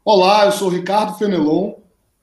Olá, eu sou Ricardo Fenelon,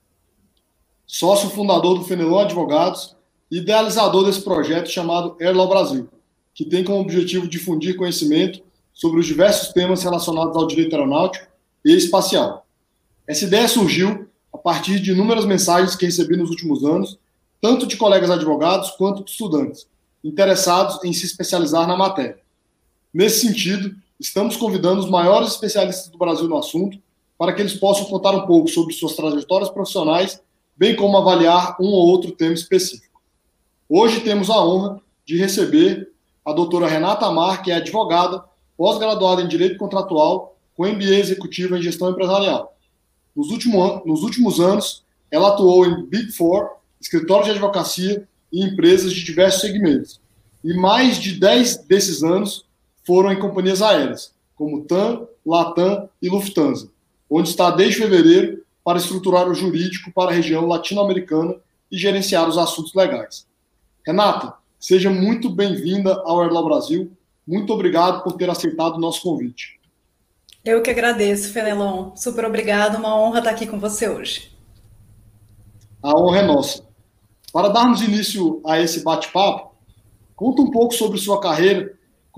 sócio fundador do Fenelon Advogados e idealizador desse projeto chamado Airlaw Brasil, que tem como objetivo difundir conhecimento sobre os diversos temas relacionados ao direito aeronáutico e espacial. Essa ideia surgiu a partir de inúmeras mensagens que recebi nos últimos anos, tanto de colegas advogados quanto de estudantes, interessados em se especializar na matéria. Nesse sentido, estamos convidando os maiores especialistas do Brasil no assunto para que eles possam contar um pouco sobre suas trajetórias profissionais, bem como avaliar um ou outro tema específico. Hoje temos a honra de receber a doutora Renata Amar, que é advogada, pós-graduada em Direito Contratual, com MBA executivo em Gestão Empresarial. Nos últimos anos, ela atuou em Big Four, escritórios de advocacia e empresas de diversos segmentos. E mais de 10 desses anos foram em companhias aéreas, como TAM, Latam e Lufthansa, onde está desde fevereiro para estruturar o jurídico para a região latino-americana e gerenciar os assuntos legais. Renata, seja muito bem-vinda ao Airlaw Brasil. Muito obrigado por ter aceitado o nosso convite. Eu que agradeço, Fenelon. Super obrigado, uma honra estar aqui com você hoje. A honra é nossa. Para darmos início a esse bate-papo, conta um pouco sobre sua carreira,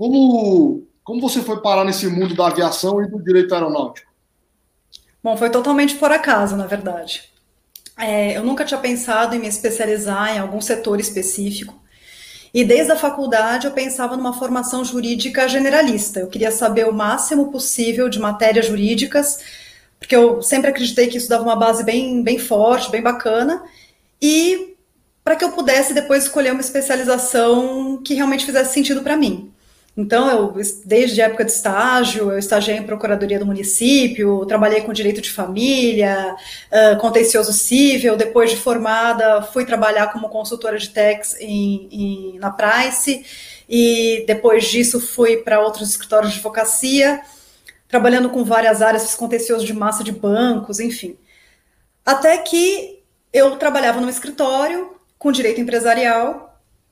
como você foi parar nesse mundo da aviação e do direito aeronáutico. Bom, foi totalmente por acaso, na verdade. Eu nunca tinha pensado em me especializar em algum setor específico. E desde a faculdade eu pensava numa formação jurídica generalista. Eu queria saber o máximo possível de matérias jurídicas, porque eu sempre acreditei que isso dava uma base bem forte, bem bacana, e para que eu pudesse depois escolher uma especialização que realmente fizesse sentido para mim. Então, desde a época de estágio, eu estagiei em procuradoria do município, trabalhei com direito de família, contencioso cível. Depois de formada, fui trabalhar como consultora de tax na Price, e depois disso fui para outros escritórios de advocacia, trabalhando com várias áreas, fiz contencioso de massa de bancos, enfim. Até que eu trabalhava num escritório com direito empresarial.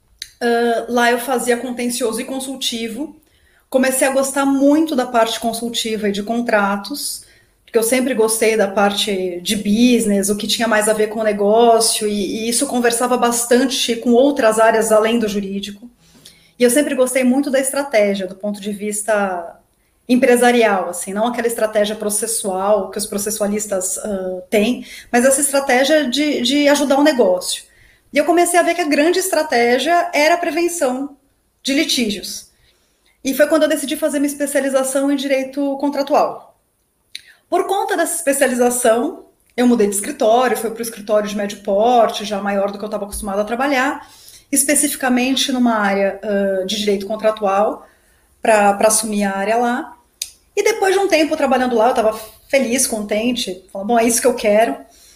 Lá eu fazia contencioso e consultivo. Comecei a gostar muito da parte consultiva e de contratos, porque eu sempre gostei da parte de business, o que tinha mais a ver com o negócio, e isso conversava bastante com outras áreas além do jurídico. E eu sempre gostei muito da estratégia, do ponto de vista empresarial, assim, não aquela estratégia processual que os processualistas têm, mas essa estratégia de ajudar o negócio. E eu comecei a ver que a grande estratégia era a prevenção de litígios. E foi quando eu decidi fazer minha especialização em direito contratual. Por conta dessa especialização, eu mudei de escritório, fui para o escritório de médio porte, já maior do que eu estava acostumada a trabalhar, especificamente numa área de direito contratual, para assumir a área lá. E depois de um tempo trabalhando lá, eu estava feliz, contente, falando, bom, é isso que eu quero.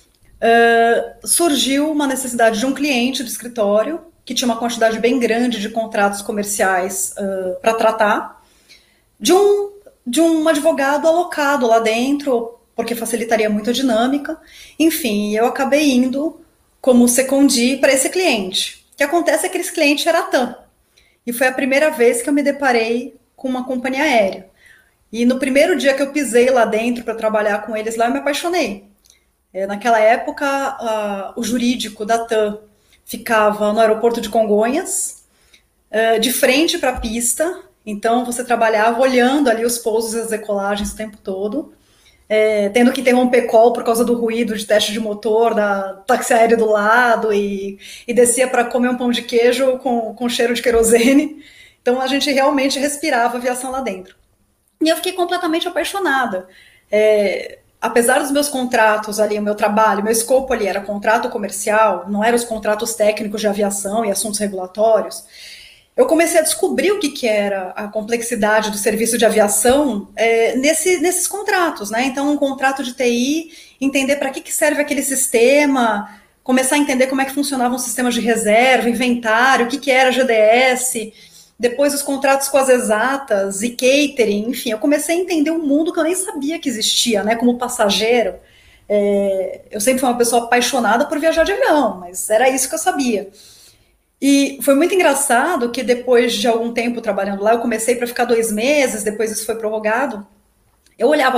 Surgiu uma necessidade de um cliente do escritório que tinha uma quantidade bem grande de contratos comerciais para tratar, de um advogado alocado lá dentro, porque facilitaria muito a dinâmica. Enfim, eu acabei indo como secondí para esse cliente. O que acontece é que esse cliente era a TAM, e foi a primeira vez que eu me deparei com uma companhia aérea. E no primeiro dia que eu pisei lá dentro para trabalhar com eles lá, eu me apaixonei. Naquela época, o jurídico da TAM ficava no aeroporto de Congonhas, de frente para a pista, então você trabalhava olhando ali os pousos e as decolagens o tempo todo, tendo que interromper call por causa do ruído de teste de motor, da táxi aéreo do lado, e descia para comer um pão de queijo com cheiro de querosene. Então a gente realmente respirava aviação lá dentro. E eu fiquei completamente apaixonada. Apesar dos meus contratos ali, o meu trabalho, meu escopo ali era contrato comercial, não eram os contratos técnicos de aviação e assuntos regulatórios, eu comecei a descobrir o que era a complexidade do serviço de aviação nesses contratos, né? Então, um contrato de TI, entender para que serve aquele sistema, começar a entender como é que funcionavam os sistemas de reserva, inventário, o que era GDS, depois os contratos com as exatas e catering, enfim, eu comecei a entender um mundo que eu nem sabia que existia, né, como passageiro. Eu sempre fui uma pessoa apaixonada por viajar de avião, mas era isso que eu sabia. E foi muito engraçado que depois de algum tempo trabalhando lá, eu comecei para ficar 2 meses, depois isso foi prorrogado, eu olhava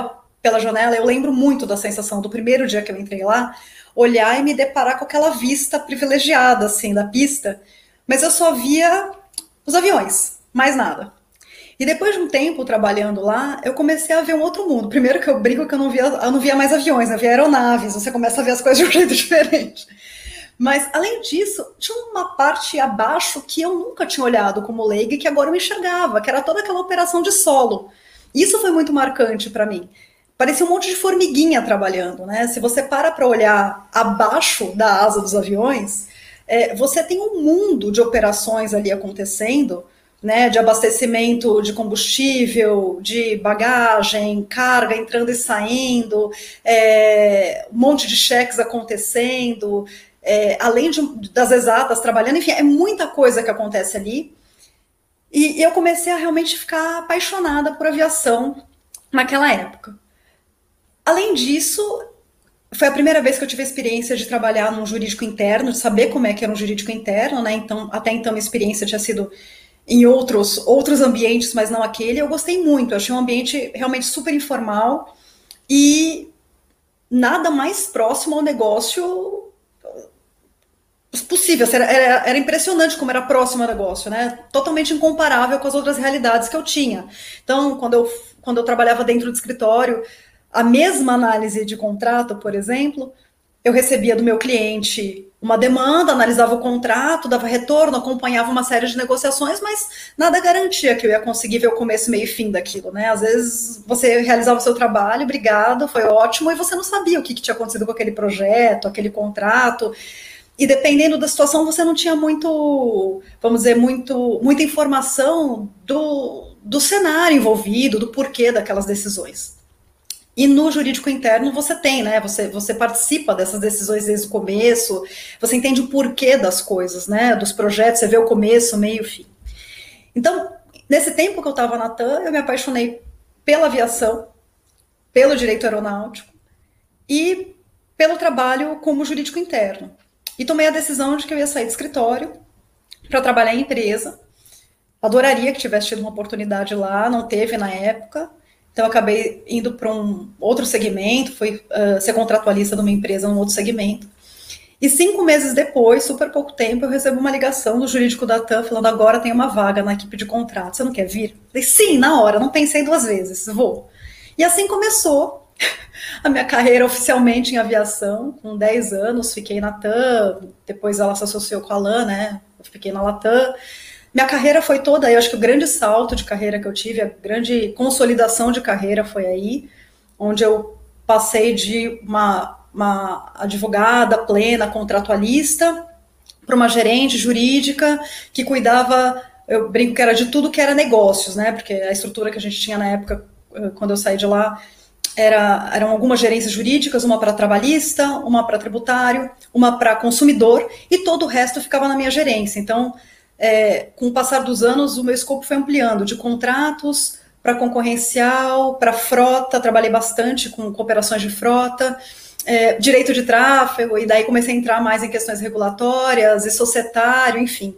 pela janela, eu lembro muito da sensação do primeiro dia que eu entrei lá, olhar e me deparar com aquela vista privilegiada, assim, da pista, mas eu só via os aviões, mais nada. E depois de um tempo trabalhando lá, eu comecei a ver um outro mundo. Primeiro que eu brinco que eu não via mais aviões, eu via aeronaves, você começa a ver as coisas de um jeito diferente. Mas, além disso, tinha uma parte abaixo que eu nunca tinha olhado como leiga e que agora eu enxergava, que era toda aquela operação de solo. Isso foi muito marcante para mim. Parecia um monte de formiguinha trabalhando, né? Se você para olhar abaixo da asa dos aviões, você tem um mundo de operações ali acontecendo, né? De abastecimento de combustível, de bagagem, carga entrando e saindo, um monte de cheques acontecendo, além das exatas trabalhando, enfim, é muita coisa que acontece ali. E eu comecei a realmente ficar apaixonada por aviação naquela época. Além disso, foi a primeira vez que eu tive a experiência de trabalhar num jurídico interno, de saber como é que era um jurídico interno, né? Então, até então, minha experiência tinha sido em outros ambientes, mas não aquele. Eu gostei muito, eu achei um ambiente realmente super informal e nada mais próximo ao negócio possível. Era impressionante como era próximo ao negócio, né? Totalmente incomparável com as outras realidades que eu tinha. Então, quando eu trabalhava dentro do escritório, a mesma análise de contrato, por exemplo, eu recebia do meu cliente uma demanda, analisava o contrato, dava retorno, acompanhava uma série de negociações, mas nada garantia que eu ia conseguir ver o começo, meio e fim daquilo, né? Às vezes você realizava o seu trabalho, obrigado, foi ótimo, e você não sabia o que tinha acontecido com aquele projeto, aquele contrato. E dependendo da situação, você não tinha vamos dizer, muita informação do cenário envolvido, do porquê daquelas decisões. E no jurídico interno você tem, né? Você participa dessas decisões desde o começo, você entende o porquê das coisas, né? Dos projetos, você vê o começo, meio e fim. Então, nesse tempo que eu estava na TAM, eu me apaixonei pela aviação, pelo direito aeronáutico e pelo trabalho como jurídico interno. E tomei a decisão de que eu ia sair do escritório para trabalhar em empresa. Adoraria que tivesse tido uma oportunidade lá, não teve na época. Então, eu acabei indo para um outro segmento, fui ser contratualista de uma empresa num outro segmento. E 5 meses depois, super pouco tempo, eu recebo uma ligação do jurídico da TAM falando: agora tem uma vaga na equipe de contrato, você não quer vir? Falei, sim, na hora, não pensei 2 vezes, vou. E assim começou a minha carreira oficialmente em aviação, com 10 anos, fiquei na TAM, depois ela se associou com a LAN, né? Eu fiquei na Latam. Minha carreira foi toda aí, eu acho que o grande salto de carreira que eu tive, a grande consolidação de carreira foi aí, onde eu passei de uma advogada plena, contratualista, para uma gerente jurídica que cuidava, eu brinco que era de tudo que era negócios, né? Porque a estrutura que a gente tinha na época, quando eu saí de lá, eram algumas gerências jurídicas, uma para trabalhista, uma para tributário, uma para consumidor, e todo o resto ficava na minha gerência. Então, com o passar dos anos, o meu escopo foi ampliando, de contratos para concorrencial, para frota, trabalhei bastante com operações de frota, direito de tráfego, e daí comecei a entrar mais em questões regulatórias e societário, enfim.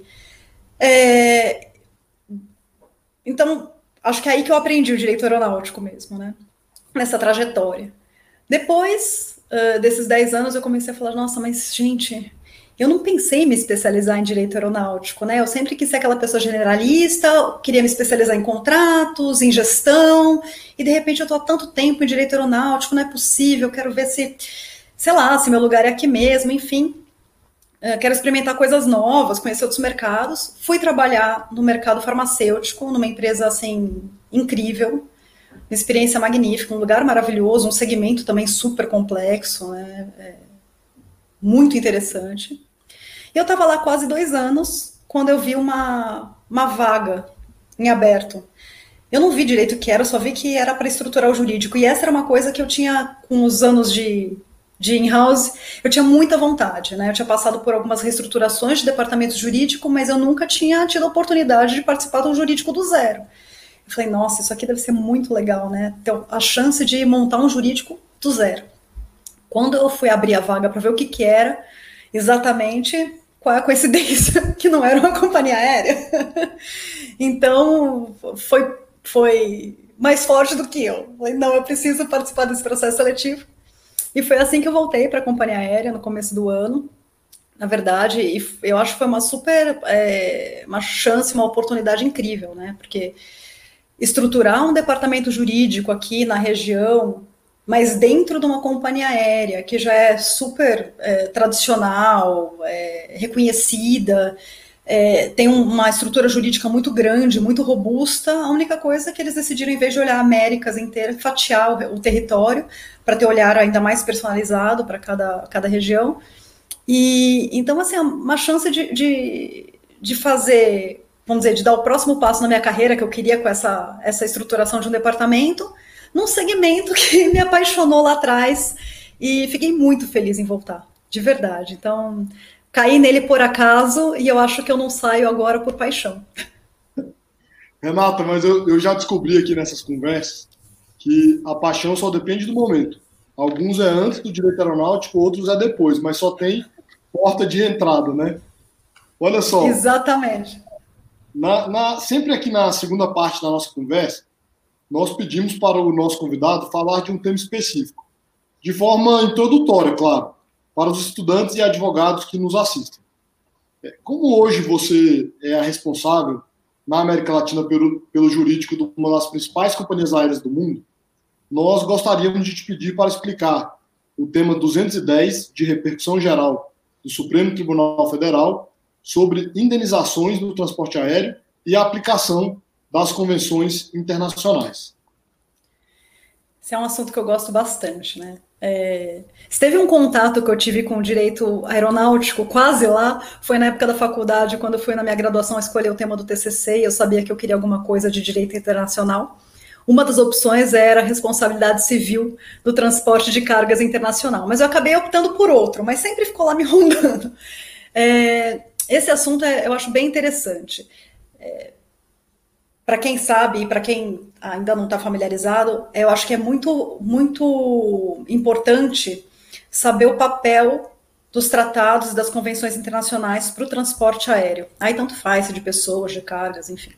Então, acho que é aí que eu aprendi o direito aeronáutico mesmo, né? Nessa trajetória. Depois desses 10 anos, eu comecei a falar, nossa, mas, gente, eu não pensei em me especializar em direito aeronáutico, né? Eu sempre quis ser aquela pessoa generalista, queria me especializar em contratos, em gestão, e de repente eu estou há tanto tempo em direito aeronáutico, não é possível, quero ver se, sei lá, se meu lugar é aqui mesmo, enfim. Quero experimentar coisas novas, conhecer outros mercados. Fui trabalhar no mercado farmacêutico, numa empresa, assim, incrível, uma experiência magnífica, um lugar maravilhoso, um segmento também super complexo, né? Muito interessante. E eu estava lá quase 2 anos, quando eu vi uma vaga em aberto. Eu não vi direito o que era, eu só vi que era para estruturar o jurídico. E essa era uma coisa que eu tinha, com os anos de in-house, eu tinha muita vontade, né? Eu tinha passado por algumas reestruturações de departamento jurídico, mas eu nunca tinha tido a oportunidade de participar de um jurídico do zero. Eu falei, nossa, isso aqui deve ser muito legal, né? Ter a chance de montar um jurídico do zero. Quando eu fui abrir a vaga para ver o que era, exatamente, qual é a coincidência que não era uma companhia aérea. Então, foi mais forte do que eu. Falei, não, eu preciso participar desse processo seletivo. E foi assim que eu voltei para a companhia aérea no começo do ano. Na verdade, e eu acho que foi uma super, uma chance, uma oportunidade incrível, né? Porque estruturar um departamento jurídico aqui na região, mas dentro de uma companhia aérea que já é super tradicional, reconhecida, tem uma estrutura jurídica muito grande, muito robusta. A única coisa é que eles decidiram, em vez de olhar a Américas inteira, fatiar o território para ter um olhar ainda mais personalizado para cada região. E então, assim, uma chance de fazer, vamos dizer, de dar o próximo passo na minha carreira que eu queria com essa estruturação de um departamento, num segmento que me apaixonou lá atrás e fiquei muito feliz em voltar, de verdade. Então, caí nele por acaso e eu acho que eu não saio agora por paixão. Renata, mas eu já descobri aqui nessas conversas que a paixão só depende do momento. Alguns é antes do direito aeronáutico, outros é depois, mas só tem porta de entrada, né? Olha só, Exatamente. sempre aqui na segunda parte da nossa conversa, nós pedimos para o nosso convidado falar de um tema específico, de forma introdutória, claro, para os estudantes e advogados que nos assistem. Como hoje você é a responsável na América Latina pelo jurídico de uma das principais companhias aéreas do mundo, nós gostaríamos de te pedir para explicar o tema 210 de repercussão geral do Supremo Tribunal Federal sobre indenizações do transporte aéreo e a aplicação das convenções internacionais. Esse é um assunto que eu gosto bastante, né? Se teve um contato que eu tive com o direito aeronáutico quase lá, foi na época da faculdade, quando eu fui na minha graduação escolher o tema do TCC, e eu sabia que eu queria alguma coisa de direito internacional. Uma das opções era a responsabilidade civil do transporte de cargas internacional, mas eu acabei optando por outro, mas sempre ficou lá me rondando. Esse assunto eu acho bem interessante. Para quem sabe e para quem ainda não está familiarizado, eu acho que é muito, muito importante saber o papel dos tratados e das convenções internacionais para o transporte aéreo. Aí tanto faz, de pessoas, de cargas, enfim.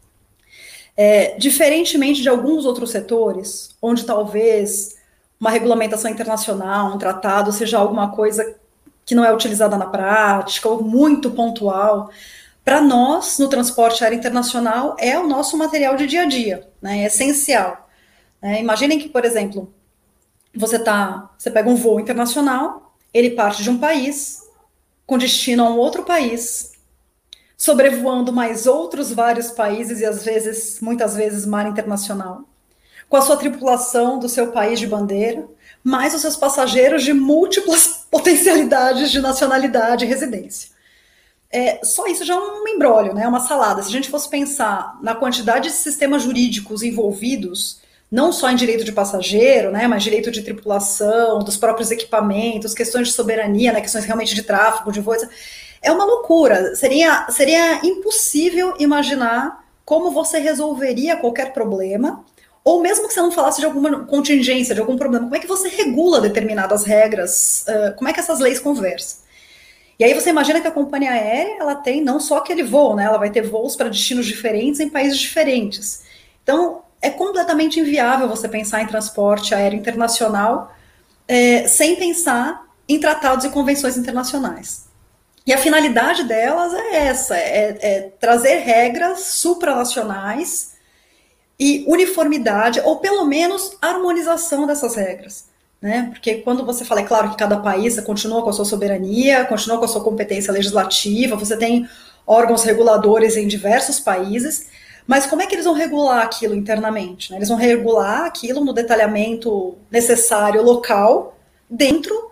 Diferentemente de alguns outros setores, onde talvez uma regulamentação internacional, um tratado, seja alguma coisa que não é utilizada na prática ou muito pontual, para nós, no transporte aéreo internacional, é o nosso material de dia a dia, né? É essencial. Imaginem que, por exemplo, você pega um voo internacional, ele parte de um país, com destino a um outro país, sobrevoando mais outros vários países e, às vezes, muitas vezes, mar internacional, com a sua tripulação do seu país de bandeira, mais os seus passageiros de múltiplas potencialidades de nacionalidade e residência. Só isso já é um imbróglio, né? Uma salada. Se a gente fosse pensar na quantidade de sistemas jurídicos envolvidos, não só em direito de passageiro, né, mas direito de tripulação, dos próprios equipamentos, questões de soberania, né, questões realmente de tráfego, de voos, é uma loucura. Seria impossível imaginar como você resolveria qualquer problema, ou mesmo que você não falasse de alguma contingência, de algum problema, como é que você regula determinadas regras, como é que essas leis conversam? E aí você imagina que a companhia aérea, ela tem não só aquele voo, né? Ela vai ter voos para destinos diferentes em países diferentes. Então, é completamente inviável você pensar em transporte aéreo internacional sem pensar em tratados e convenções internacionais. E a finalidade delas é essa, trazer regras supranacionais e uniformidade, ou pelo menos harmonização dessas regras. Né? Porque quando você fala, é claro que cada país continua com a sua soberania, continua com a sua competência legislativa, você tem órgãos reguladores em diversos países, mas como é que eles vão regular aquilo internamente? Né? Eles vão regular aquilo no detalhamento necessário local, dentro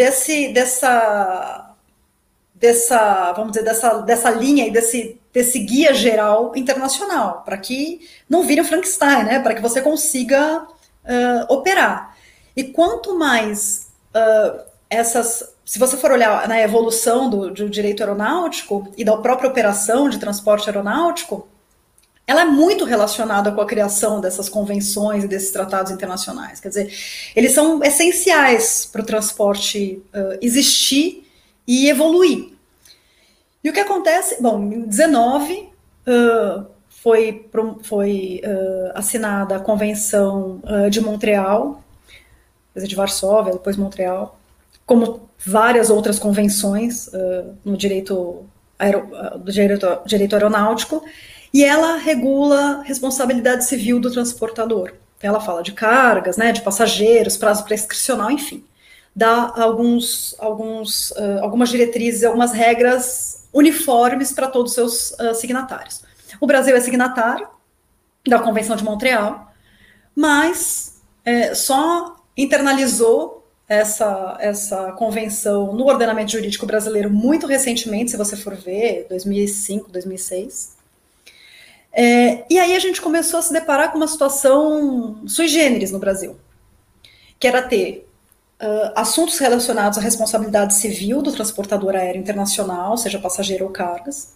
vamos dizer, dessa linha e desse guia geral internacional, para que não vire um Frankenstein, né? Para que você consiga operar. E quanto mais se você for olhar na evolução do direito aeronáutico e da própria operação de transporte aeronáutico, ela é muito relacionada com a criação dessas convenções e desses tratados internacionais. Quer dizer, eles são essenciais para o transporte existir e evoluir. E o que acontece? Bom, em 19, foi assinada a Convenção de Montreal, quer dizer, de Varsóvia, depois Montreal, como várias outras convenções no do direito aeronáutico, e ela regula a responsabilidade civil do transportador. Então, ela fala de cargas, né, de passageiros, prazo prescricional, enfim. Dá algumas diretrizes, algumas regras uniformes para todos os seus signatários. O Brasil é signatário da Convenção de Montreal, mas só internalizou essa convenção no ordenamento jurídico brasileiro muito recentemente, se você for ver, 2005, 2006. E aí a gente começou a se deparar com uma situação sui generis no Brasil, que era ter assuntos relacionados à responsabilidade civil do transportador aéreo internacional, seja passageiro ou cargas,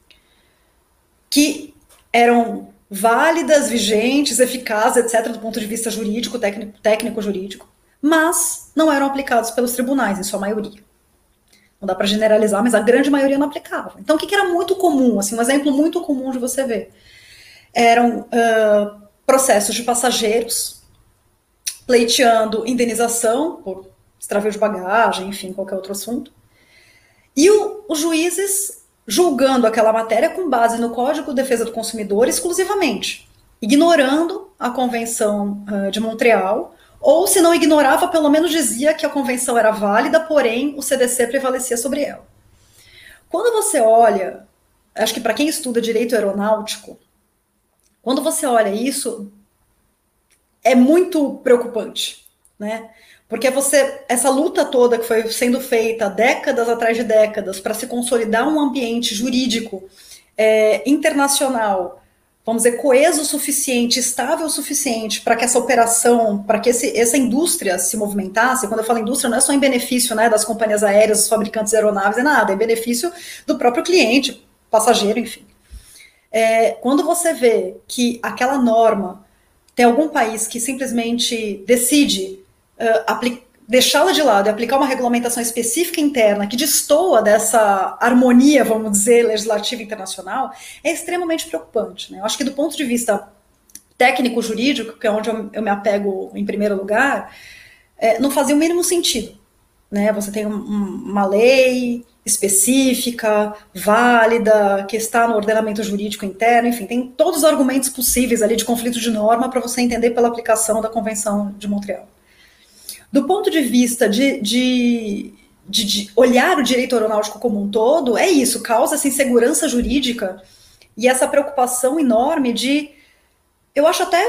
que eram válidas, vigentes, eficazes, etc., do ponto de vista jurídico, técnico-jurídico, mas não eram aplicados pelos tribunais, em sua maioria. Não dá para generalizar, mas a grande maioria não aplicava. Então, o que era muito comum, assim, um exemplo muito comum de você ver? Eram processos de passageiros pleiteando indenização por extravio de bagagem, enfim, qualquer outro assunto. E os juízes julgando aquela matéria com base no Código de Defesa do Consumidor exclusivamente, ignorando a Convenção de Montreal, ou se não ignorava, pelo menos dizia que a convenção era válida, porém o CDC prevalecia sobre ela. Quando você olha, acho que para quem estuda direito aeronáutico, quando você olha isso, é muito preocupante, né? Porque essa luta toda que foi sendo feita décadas atrás de décadas para se consolidar um ambiente jurídico internacional, vamos dizer, coeso o suficiente, estável o suficiente para que essa operação, para que essa indústria se movimentasse. Quando eu falo indústria, não é só em benefício, né, das companhias aéreas, dos fabricantes de aeronaves, é nada, é benefício do próprio cliente, passageiro, enfim. Quando você vê que aquela norma tem algum país que simplesmente decide deixá-la de lado e aplicar uma regulamentação específica interna que destoa dessa harmonia, vamos dizer, legislativa internacional, é extremamente preocupante, né? Eu acho que do ponto de vista técnico-jurídico, que é onde eu me apego em primeiro lugar, não fazia o mínimo sentido, né? Você tem uma lei específica, válida, que está no ordenamento jurídico interno, enfim, tem todos os argumentos possíveis ali de conflito de norma para você entender pela aplicação da Convenção de Montreal. Do ponto de vista de olhar o direito aeronáutico como um todo, é isso, causa essa insegurança jurídica e essa preocupação enorme de, eu acho até,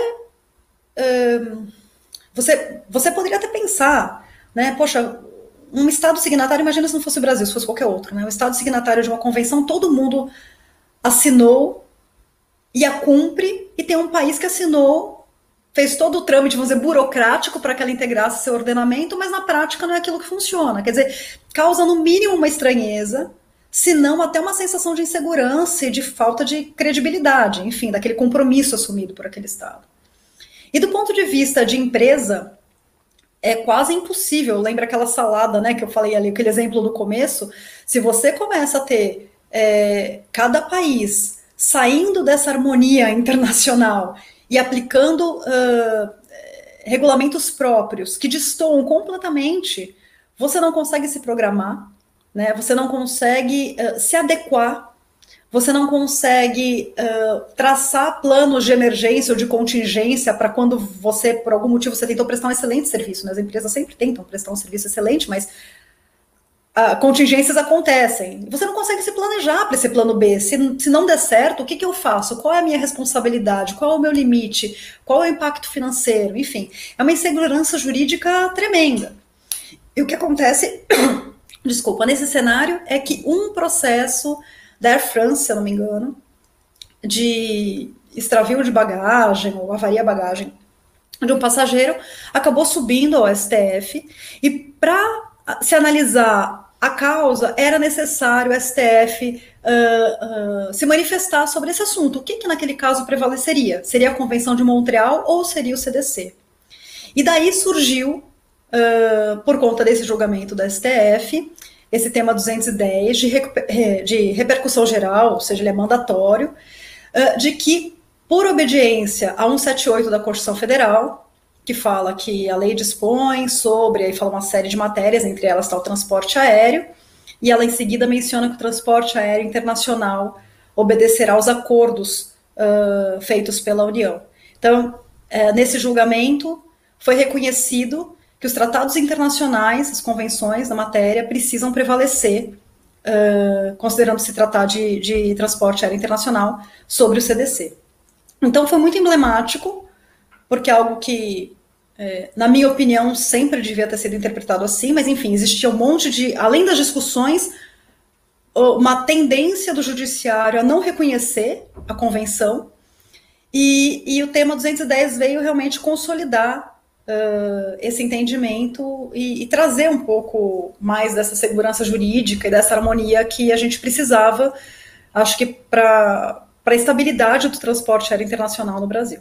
você poderia até pensar, né, poxa, um Estado signatário, imagina se não fosse o Brasil, se fosse qualquer outro, né, um Estado signatário de uma convenção, todo mundo assinou e a cumpre, e tem um país que assinou, fez todo o trâmite, vamos dizer, burocrático para que ela integrasse seu ordenamento, mas na prática não é aquilo que funciona. Quer dizer, causa no mínimo uma estranheza, se não até uma sensação de insegurança e de falta de credibilidade, enfim, daquele compromisso assumido por aquele Estado. E do ponto de vista de empresa, é quase impossível. Lembra aquela salada, né, que eu falei ali, aquele exemplo do começo? Se você começa a ter cada país saindo dessa harmonia internacional e aplicando regulamentos próprios que destoam completamente, você não consegue se programar, né? Você não consegue se adequar, você não consegue traçar planos de emergência ou de contingência para quando você, por algum motivo, você tentou prestar um excelente serviço, né? As empresas sempre tentam prestar um serviço excelente, mas contingências acontecem. Você não consegue se planejar para esse plano B. Se não der certo, o que eu faço? Qual é a minha responsabilidade? Qual é o meu limite? Qual é o impacto financeiro? Enfim, é uma insegurança jurídica tremenda. E o que acontece, desculpa, nesse cenário é que um processo da Air France, se eu não me engano, de extravio de bagagem ou avaria bagagem de um passageiro, acabou subindo ao STF e para se analisar a causa, era necessário o STF se manifestar sobre esse assunto. O que naquele caso prevaleceria? Seria a Convenção de Montreal ou seria o CDC? E daí surgiu, por conta desse julgamento da STF, esse tema 210 de repercussão geral, ou seja, ele é mandatório, de que, por obediência a 178 da Constituição Federal, que fala que a lei dispõe sobre, aí fala uma série de matérias, entre elas está o transporte aéreo, e ela em seguida menciona que o transporte aéreo internacional obedecerá aos acordos feitos pela União. Então, nesse julgamento, foi reconhecido que os tratados internacionais, as convenções da matéria, precisam prevalecer, considerando se tratar de transporte aéreo internacional, sobre o CDC. Então, foi muito emblemático, porque é algo que, na minha opinião, sempre devia ter sido interpretado assim, mas, enfim, existia um monte de, além das discussões, uma tendência do judiciário a não reconhecer a convenção, e o tema 210 veio realmente consolidar esse entendimento e trazer um pouco mais dessa segurança jurídica e dessa harmonia que a gente precisava, acho que para a estabilidade do transporte aéreo internacional no Brasil.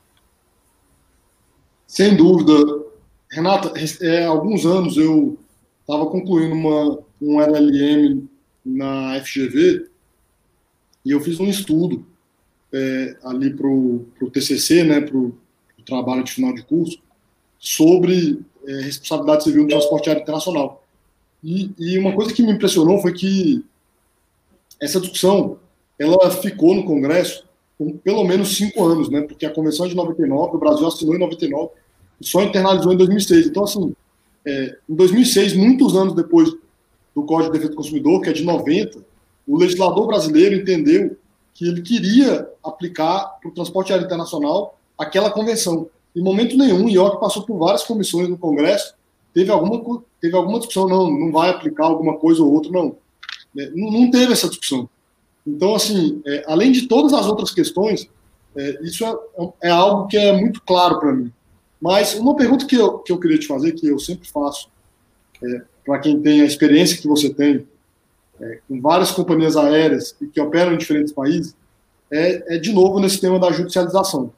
Sem dúvida. Renata, há alguns anos eu estava concluindo um LLM na FGV e eu fiz um estudo ali para o TCC, né, para o trabalho de final de curso, sobre responsabilidade civil no transporte aéreo internacional. E uma coisa que me impressionou foi que essa discussão ela ficou no Congresso por pelo menos 5 anos, né, porque a Convenção é de 99, o Brasil assinou em 99 e só internalizou em 2006. Então, assim, em 2006, muitos anos depois do Código de Defesa do Consumidor, que é de 90, o legislador brasileiro entendeu que ele queria aplicar para o transporte aéreo internacional aquela convenção. Em momento nenhum, e que passou por várias comissões no Congresso, teve alguma discussão, não vai aplicar alguma coisa ou outra, não. Não teve essa discussão. Então, assim, além de todas as outras questões, isso é algo que é muito claro para mim. Mas uma pergunta que eu queria te fazer, que eu sempre faço, para quem tem a experiência que você tem, com várias companhias aéreas e que operam em diferentes países, de novo nesse tema da judicialização.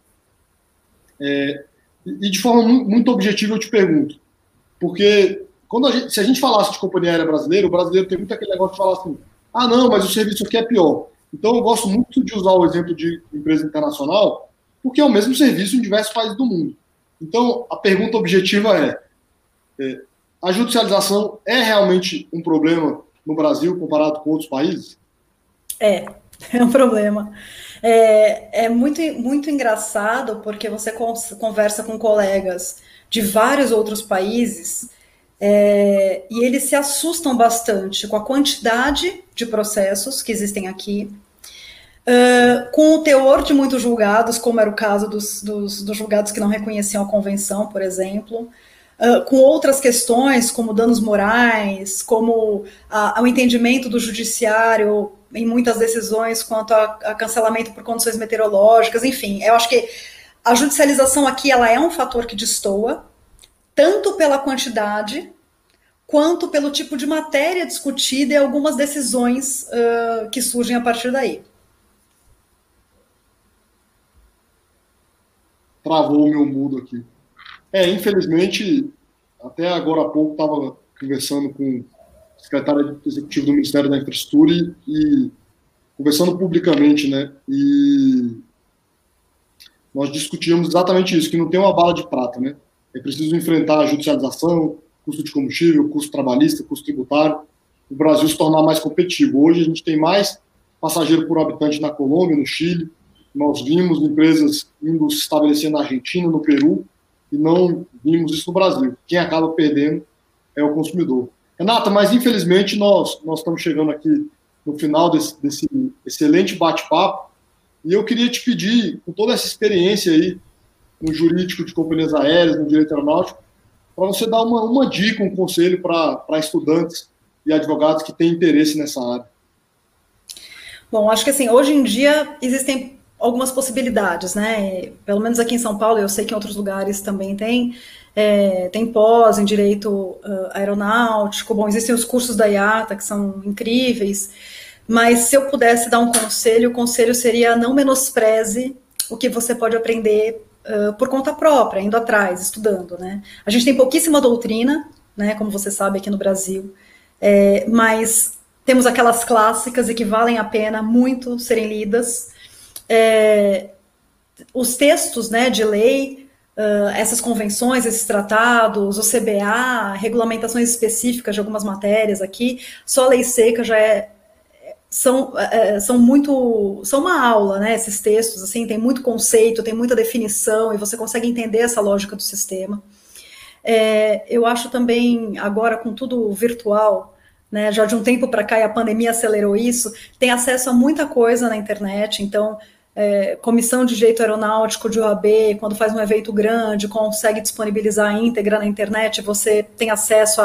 E de forma muito objetiva eu te pergunto, porque se a gente falasse de companhia aérea brasileira, o brasileiro tem muito aquele negócio de falar assim, não, mas o serviço aqui é pior. Então eu gosto muito de usar o exemplo de empresa internacional, porque é o mesmo serviço em diversos países do mundo. Então a pergunta objetiva a judicialização é realmente um problema no Brasil comparado com outros países? É um problema. É muito, muito engraçado porque você conversa com colegas de vários outros países e eles se assustam bastante com a quantidade de processos que existem aqui, com o teor de muitos julgados, como era o caso dos julgados que não reconheciam a convenção, por exemplo, com outras questões, como danos morais, como o entendimento do judiciário em muitas decisões quanto a cancelamento por condições meteorológicas, enfim. Eu acho que a judicialização aqui ela é um fator que destoa, tanto pela quantidade, quanto pelo tipo de matéria discutida e algumas decisões que surgem a partir daí. Travou o meu mudo aqui. Infelizmente, até agora há pouco estava conversando com o secretário executivo do Ministério da Infraestrutura e conversando publicamente, né? E nós discutíamos exatamente isso, que não tem uma bala de prata, né? É preciso enfrentar a judicialização, custo de combustível, custo trabalhista, custo tributário, o Brasil se tornar mais competitivo. Hoje a gente tem mais passageiro por habitante na Colômbia, no Chile, nós vimos empresas indo se estabelecer na Argentina, no Peru, e não vimos isso no Brasil. Quem acaba perdendo é o consumidor. Renata, mas infelizmente nós estamos chegando aqui no final desse excelente bate-papo, e eu queria te pedir, com toda essa experiência aí no jurídico de companhias aéreas, no direito aeronáutico, para você dar uma dica, um conselho para estudantes e advogados que têm interesse nessa área. Bom, acho que assim, hoje em dia existem algumas possibilidades, né? Pelo menos aqui em São Paulo, eu sei que em outros lugares também tem pós em direito aeronáutico. Bom, existem os cursos da IATA, que são incríveis, mas se eu pudesse dar um conselho, o conselho seria não menospreze o que você pode aprender por conta própria, indo atrás, estudando, né? A gente tem pouquíssima doutrina, né, como você sabe, aqui no Brasil, mas temos aquelas clássicas e que valem a pena muito serem lidas. os textos, né, de lei, essas convenções, esses tratados, o CBA, regulamentações específicas de algumas matérias aqui, só a lei seca já são uma aula, né, esses textos, assim, tem muito conceito, tem muita definição, e você consegue entender essa lógica do sistema. Eu acho também, agora com tudo virtual, né, já de um tempo para cá, e a pandemia acelerou isso, tem acesso a muita coisa na internet, então, comissão de direito aeronáutico de OAB, quando faz um evento grande, consegue disponibilizar a íntegra na internet, você tem acesso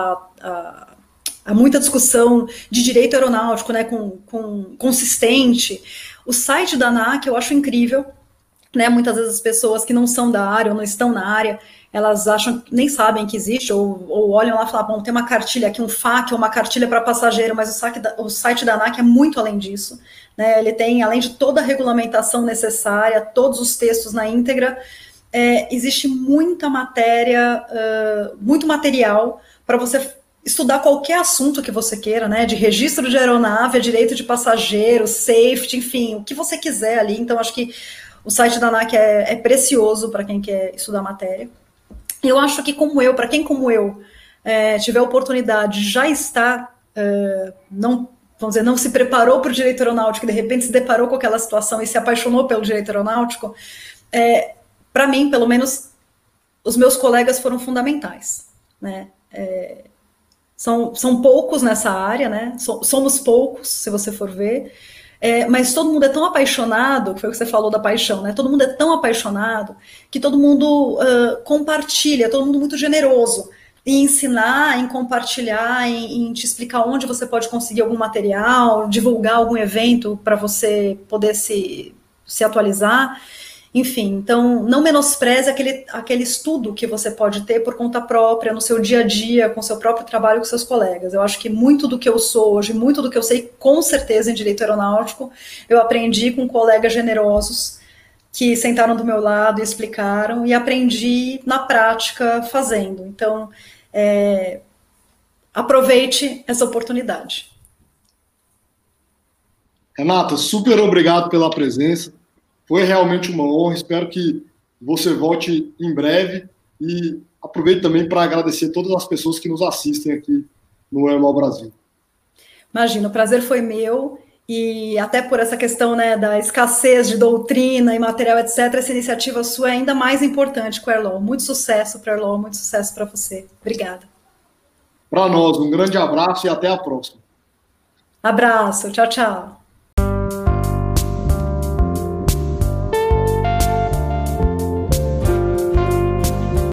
a muita discussão de direito aeronáutico, né, consistente. O site da ANAC eu acho incrível, né, muitas vezes as pessoas que não são da área ou não estão na área, elas acham, nem sabem que existe, ou olham lá e falam, bom, tem uma cartilha aqui, um FAQ, uma cartilha para passageiro, mas o site da ANAC é muito além disso, né, ele tem, além de toda a regulamentação necessária, todos os textos na íntegra, existe muita matéria, muito material para você estudar qualquer assunto que você queira, né, de registro de aeronave, direito de passageiro, safety, enfim, o que você quiser ali, então acho que o site da ANAC é precioso para quem quer estudar matéria. Eu acho que para quem como eu tiver oportunidade, já está, não, vamos dizer, não se preparou para o direito aeronáutico, de repente se deparou com aquela situação e se apaixonou pelo direito aeronáutico, para mim, pelo menos, os meus colegas foram fundamentais, né? São poucos nessa área, né? Somos poucos, se você for ver, mas todo mundo é tão apaixonado, que foi o que você falou da paixão, né? Todo mundo é tão apaixonado que todo mundo compartilha, todo mundo muito generoso em ensinar, em compartilhar, em te explicar onde você pode conseguir algum material, divulgar algum evento para você poder se atualizar. Enfim, então não menospreze aquele estudo que você pode ter por conta própria, no seu dia a dia, com seu próprio trabalho, com seus colegas. Eu acho que muito do que eu sou hoje, muito do que eu sei com certeza em direito aeronáutico, eu aprendi com colegas generosos que sentaram do meu lado e explicaram, e aprendi na prática fazendo. Então, aproveite essa oportunidade. Renata, super obrigado pela presença. Foi realmente uma honra. Espero que você volte em breve e aproveito também para agradecer todas as pessoas que nos assistem aqui no Airlaw Brasil. Imagina, o prazer foi meu, e até por essa questão, né, da escassez de doutrina e material, etc., essa iniciativa sua é ainda mais importante com o Airlaw. Muito sucesso para o Airlaw, muito sucesso para você. Obrigada. Para nós, um grande abraço e até a próxima. Abraço, tchau, tchau.